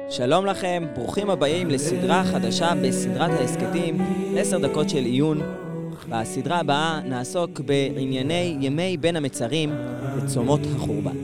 שלום לכם, ברוכים הבאים לסדרה חדשה בסדרת ההסקטים, 10 דקות של עיון. בסדרה הבאה נעסוק בענייני ימי בין המצרים וצומות החורבן.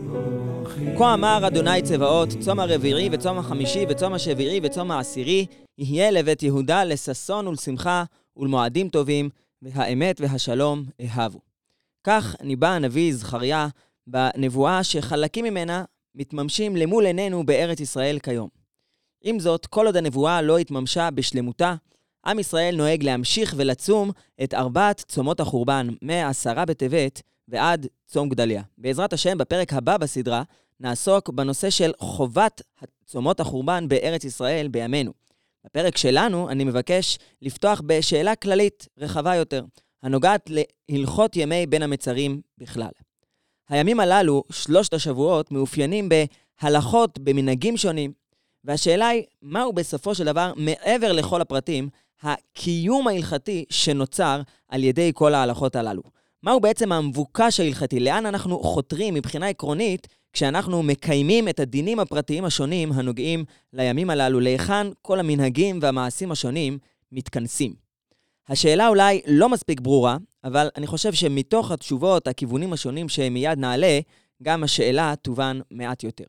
כה אמר אדוני צבאות, צום הרביעי וצום החמישי וצום השביעי וצום העשירי, יהיה לבית יהודה לששון ולשמחה ולמועדים טובים, והאמת והשלום אהבו. כך ניבא הנביא זכריה בנבואה שחלקים ממנה מתממשים למול עינינו בארץ ישראל כיום. עם זאת, כל עוד הנבואה לא התממשה בשלמותה, עם ישראל נוהג להמשיך ולצום את 4 צומות החורבן, מ10 בטבת ועד צום גדליה. בעזרת השם, בפרק הבא בסדרה, נעסוק בנושא של חובת צומות החורבן בארץ ישראל בימינו. בפרק שלנו אני מבקש לפתוח בשאלה כללית רחבה יותר, הנוגעת להלכות ימי בין המצרים בכלל. הימים הללו, 3 השבועות, מאופיינים בהלכות, במנהגים שונים, והשאלה היא, מהו בסופו של דבר, מעבר לכל הפרטים, הקיום ההלכתי שנוצר על ידי כל ההלכות הללו? מהו בעצם המבוקש ההלכתי? לאן אנחנו חותרים מבחינה עקרונית, כשאנחנו מקיימים את הדינים הפרטיים השונים הנוגעים לימים הללו, להיכן כל המנהגים והמעשים השונים מתכנסים? השאלה אולי לא מספיק ברורה, אבל אני חושב שמתוך התשובות, הכיוונים השונים שמיד נעלה, גם השאלה תובן מעט יותר.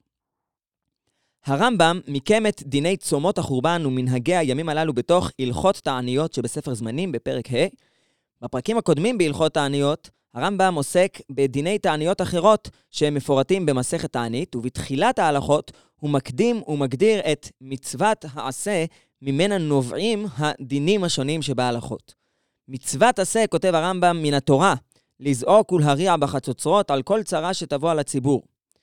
הרמב"ם מיקם את דיני צומות החורבן ומנהגי הימים הללו בתוך הלכות תעניות שבספר זמנים בפרק ה'. בפרקים הקודמים בהלכות תעניות, הרמב"ם עוסק בדיני תעניות אחרות שהם מפורטים במסכת תענית, ובתחילת ההלכות הוא מקדים ומגדיר את מצוות העשה ממנה נובעים הדינים השונים שבהלכות. מצוות עשה, כותב הרמב"ם, מן התורה, לזעוק ולהריע בחצוצרות על כל צרה שתבוא על הציבור.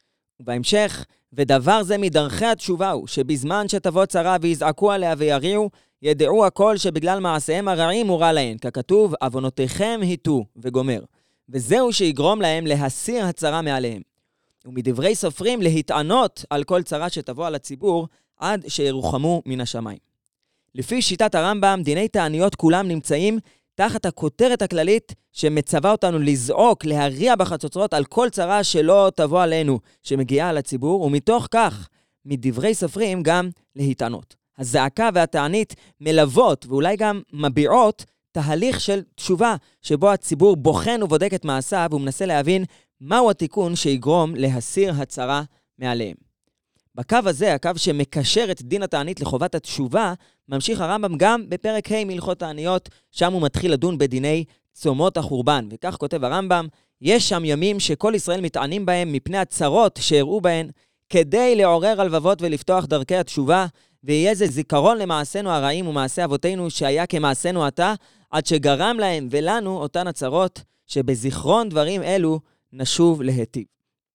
ובהמשך, ודבר זה מדרכי התשובה הוא, שבזמן שתבוא צרה ויזעקו עליה ויריעו, ידעו הכל שבגלל מעשיהם הרעים הוא רע להן, ככתוב, עוונותיכם היטו וגומר. וזהו שיגרום להם להסיר הצרה מעליהם. ומדברי סופרים להתענות על כל צרה שתבוא על הציבור, עד שירוחמו מן השמיים. לפי שיטת הרמב"ם, דיני תעניות כולם נמצאים תחת הכותרת הכללית שמצווה אותנו לזעוק, להריע בחצוצרות על כל צרה שלא תבוא עלינו, שמגיעה על הציבור, ומתוך כך, מדברי סופרים גם להתענות. הזעקה והתענית מלוות ואולי גם מביעות תהליך של תשובה, שבו הציבור בוחן ובודק את מעשיו ומנסה להבין מהו התיקון שיגרום להסיר הצרה מעליהם. בקו הזה, הקו שמקשר את דין התענית לחובת התשובה, ממשיך הרמב"ם גם בפרק ה' מהלכות תעניות, שם הוא מתחיל לדון בדיני צומות החורבן. וכך כותב הרמב"ם, יש שם ימים שכל ישראל מתענים בהם מפני הצרות שהראו בהן, כדי לעורר הלבבות ולפתוח דרכי התשובה, ויהיה זה זיכרון למעשינו הרעים ומעשי אבותינו שהיה כמעשינו עתה, עד שגרם להם ולנו אותן הצרות, שבזיכרון דברים אלו נשוב להיטיב.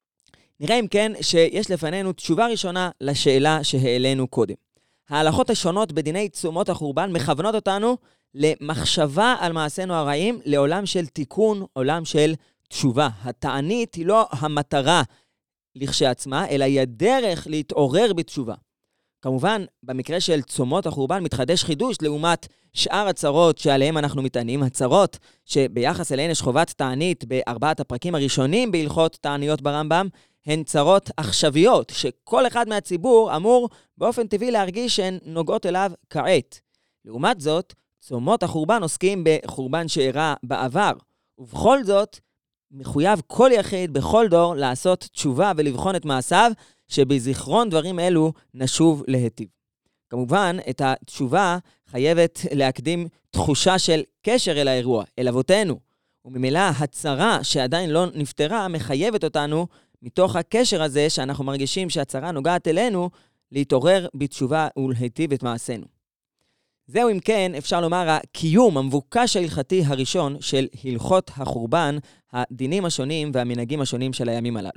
נראה אם כן שיש לפנינו תשובה ראשונה לשאלה שהעלינו קודם. ההלכות השונות בדיני צומות החורבן מכוונות אותנו למחשבה על מעשינו הרעים, לעולם של תיקון, עולם של תשובה. התענית היא לא המטרה לכשעצמה, אלא היא הדרך להתעורר בתשובה. כמובן, במקרה של צומות החורבן מתחדש חידוש לעומת שאר הצרות שעליהם אנחנו מתענים, הצרות שביחס אליהן יש חובת תענית ב4 הפרקים הראשונים בהלכות תעניות ברמב"ם, הן צרות עכשוויות, שכל אחד מהציבור אמור באופן טבעי להרגיש שהן נוגעות אליו כעת. לעומת זאת, צומות החורבן עוסקים בחורבן שאירע בעבר, ובכל זאת מחויב כל יחיד בכל דור לעשות תשובה ולבחון את מעשיו, שבזיכרון דברים אלו נשוב להיטיב. כמובן, את התשובה חייבת להקדים תחושה של קשר אל האירוע, אל אבותינו, וממילא הצרה שעדיין לא נפתרה מחייבת אותנו מתוך הקשר הזה שאנחנו מרגישים שהצרה נוגעת אלינו, להתעורר בתשובה ולהיטיב את מעשינו. זהו אם כן, אפשר לומר, הקיום המבוקש ההלכתי הראשון של הלכות החורבן, הדינים השונים והמנהגים השונים של הימים הללו.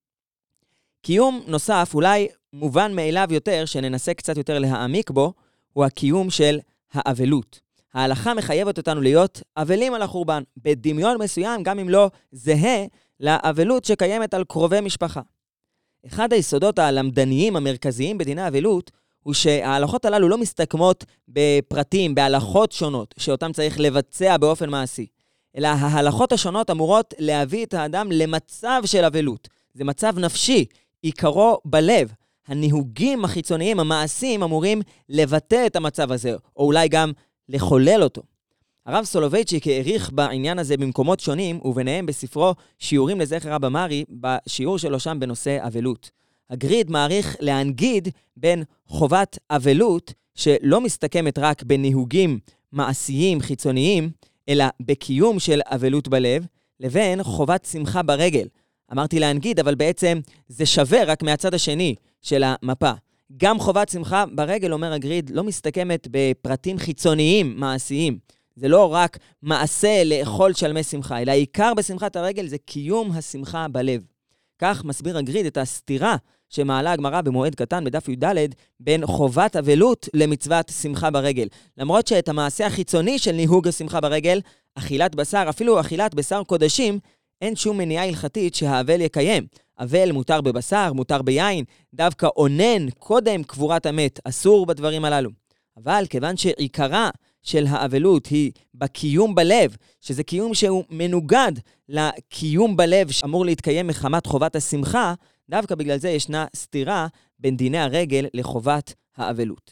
קיום נוסף, אולי מובן מאליו יותר, שננסה קצת יותר להעמיק בו, הוא הקיום של האבלות. ההלכה מחייבת אותנו להיות אבלים על החורבן, בדמיון מסוים, גם אם לא זהה, לאבלות שקיימת על קרובי משפחה. אחד היסודות הלמדניים המרכזיים בדיני האבלות, הוא שההלכות הללו לא מסתכמות בפרטים, בהלכות שונות, שאותם צריך לבצע באופן מעשי, אלא ההלכות השונות אמורות להביא את האדם למצב של אבלות. זה מצב נפשי, עיקרו בלב. הניהוגים החיצוניים, המעשים, אמורים לבטא את המצב הזה, או אולי גם לחולל אותו. הרב סולובייצ'יק העריך בעניין הזה במקומות שונים, וביניהם בספרו שיעורים לזכר רבא מרי, בשיעור שלו שם בנושא אבלות. הגריד מעריך להנגיד בין חובת אבלות, שלא מסתכמת רק בניהוגים מעשיים חיצוניים, אלא בקיום של אבלות בלב, לבין חובת שמחה ברגל. אמרתי להנגיד, אבל בעצם זה שווה רק מהצד השני של המפה. גם חובת שמחה ברגל, אומר הגריד, לא מסתכמת בפרטים חיצוניים מעשיים. זה לא רק מעשה לאכול שלמי שמחה, אלא העיקר בשמחת הרגל זה קיום השמחה בלב. כך מסביר הגריד את הסתירה שמעלה הגמרא במועד קטן בדף י"ד בין חובת אבלות למצוות שמחה ברגל. למרות שאת המעשה החיצוני של ניהוג השמחה ברגל, אכילת בשר, אפילו אכילת בשר קודשים, אין שום מניעה הלכתית שהאבל יקיים. אבל מותר בבשר, מותר ביין, דווקא אונן קודם קבורת המת, אסור בדברים הללו. אבל כיוון שעיקרה של האבלות היא בקיום בלב, שזה קיום שהוא מנוגד לקיום בלב שאמור להתקיים מחמת חובת השמחה, דווקא בגלל זה ישנה סתירה בין דיני הרגל לחובת האבלות.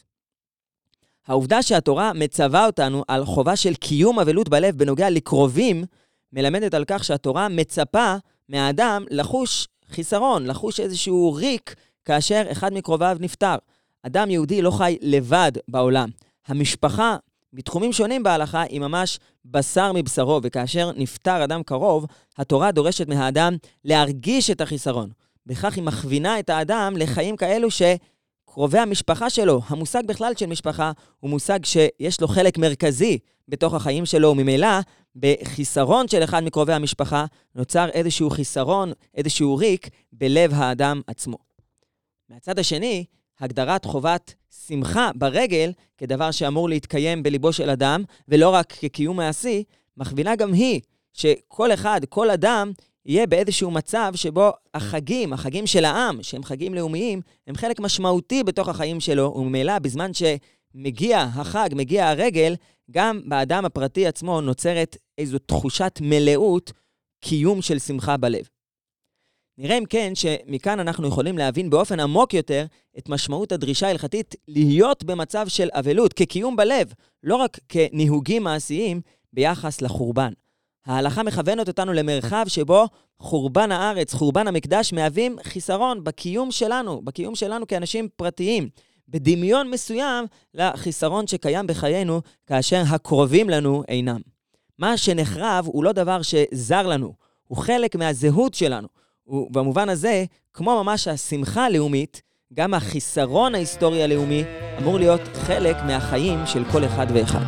העובדה שהתורה מצווה אותנו על חובה של קיום אבלות בלב בנוגע לקרובים, מלמדת על כך שהתורה מצפה מהאדם לחוש חיסרון, לחוש איזשהו ריק כאשר אחד מקרוביו נפטר. אדם יהודי לא חי לבד בעולם. המשפחה בתחומים שונים בהלכה היא ממש בשר מבשרו, וכאשר נפטר אדם קרוב, התורה דורשת מהאדם להרגיש את החיסרון. בכך היא מכווינה את האדם לחיים כאלו שקרובי המשפחה שלו, המושג בכלל של משפחה, הוא מושג שיש לו חלק מרכזי בתוך החיים שלו, וממילא בחיסרון של אחד מקרובי המשפחה נוצר איזשהו חיסרון, איזשהו ריק בלב האדם עצמו. מהצד השני, הגדרת חובת שמחה ברגל כדבר שאמור להתקיים בליבו של אדם, ולא רק כקיום מעשי, מכווינה גם היא שכל אחד, כל אדם, יהיה באיזשהו מצב שבו החגים של העם, שהם חגים לאומיים, הם חלק משמעותי בתוך החיים שלו, וממילא בזמן שמגיע החג, מגיע הרגל, גם באדם הפרטי עצמו נוצרת איזו תחושת מלאות, קיום של שמחה בלב. נראה אם כן שמכאן אנחנו יכולים להבין באופן עמוק יותר את משמעות הדרישה ההלכתית להיות במצב של אבלות, כקיום בלב, לא רק כניהוגים מעשיים ביחס לחורבן. ההלכה מכוונת אותנו למרחב שבו חורבן הארץ, חורבן המקדש, מהווים חיסרון בקיום שלנו כאנשים פרטיים, בדמיון מסוים לחיסרון שקיים בחיינו כאשר הקרובים לנו אינם. מה שנחרב הוא לא דבר שזר לנו, הוא חלק מהזהות שלנו. ובמובן הזה, כמו ממש השמחה הלאומית, גם החיסרון ההיסטורי הלאומי אמור להיות חלק מהחיים של כל אחד ואחד.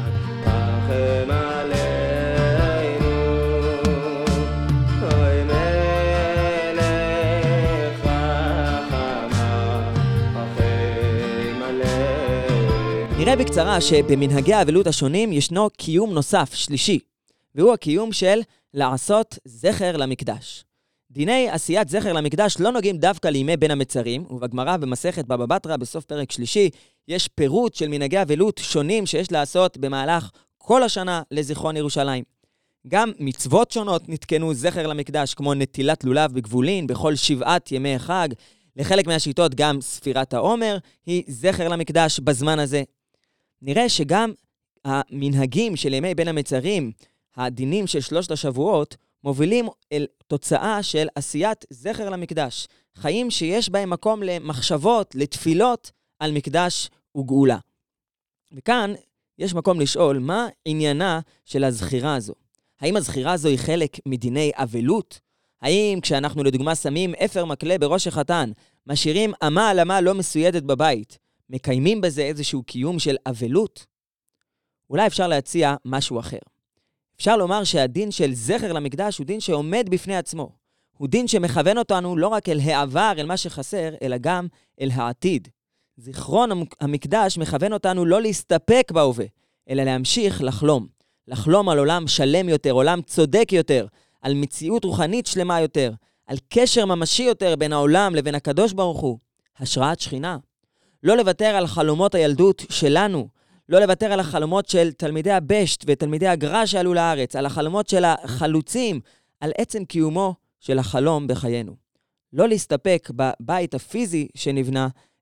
נראה בקצרה שבמנהגי האבלות השונים ישנו קיום נוסף, שלישי, והוא הקיום של לעשות זכר למקדש. דיני עשיית זכר למקדש לא נוגעים דווקא לימי בין המצרים, ובגמרא במסכת בבא בתרא בסוף פרק שלישי, יש פירוט של מנהגי אבלות שונים שיש לעשות במהלך כל השנה לזיכרון ירושלים. גם מצוות שונות נתקנו זכר למקדש, כמו נטילת לולב בגבולין בכל 7 ימי החג. לחלק מהשיטות גם ספירת העומר היא זכר למקדש בזמן הזה. נראה שגם המנהגים של ימי בין המצרים, הדינים של 3 השבועות, מובילים אל תוצאה של עשיית זכר למקדש. חיים שיש בהם מקום למחשבות, לתפילות על מקדש וגאולה. וכאן יש מקום לשאול, מה עניינה של הזכירה הזו? האם הזכירה הזו היא חלק מדיני אבלות? האם כשאנחנו לדוגמה שמים אפר מקלה בראש החתן, משאירים אמה על אמה לא מסוידת בבית, מקיימים בזה איזשהו קיום של אבלות? אולי אפשר להציע משהו אחר. אפשר לומר שהדין של זכר למקדש הוא דין שעומד בפני עצמו. הוא דין שמכוון אותנו לא רק אל העבר, אל מה שחסר, אלא גם אל העתיד. זיכרון המקדש מכוון אותנו לא להסתפק בהווה, אלא להמשיך לחלום. לחלום על עולם שלם יותר, עולם צודק יותר, על מציאות רוחנית שלמה יותר, על קשר ממשי יותר בין העולם לבין הקדוש ברוך הוא. השראת שכינה. לא לוותר על חלומות הילדות שלנו, לא לוותר על החלומות של תלמידי הבשט ותלמידי הגר"א שעלו לארץ, על החלומות של החלוצים, על עצם קיומו של החלום בחיינו. לא להסתפק בבית הפיזי שנבנה,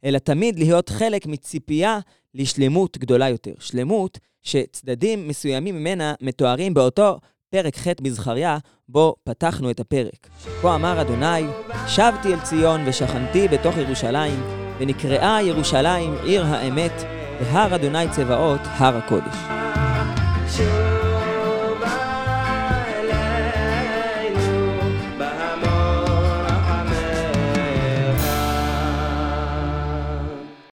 אלא תמיד להיות חלק מציפייה לשלמות גדולה יותר. שלמות שצדדים מסוימים ממנה מתוארים באותו פרק ח' בזכריה, בו פתחנו את הפרק. כה אמר אדוני, שבתי אל ציון ושכנתי בתוך ירושלים, ונקראה ירושלים עיר האמת, והר אדוני צבאות הר הקודש.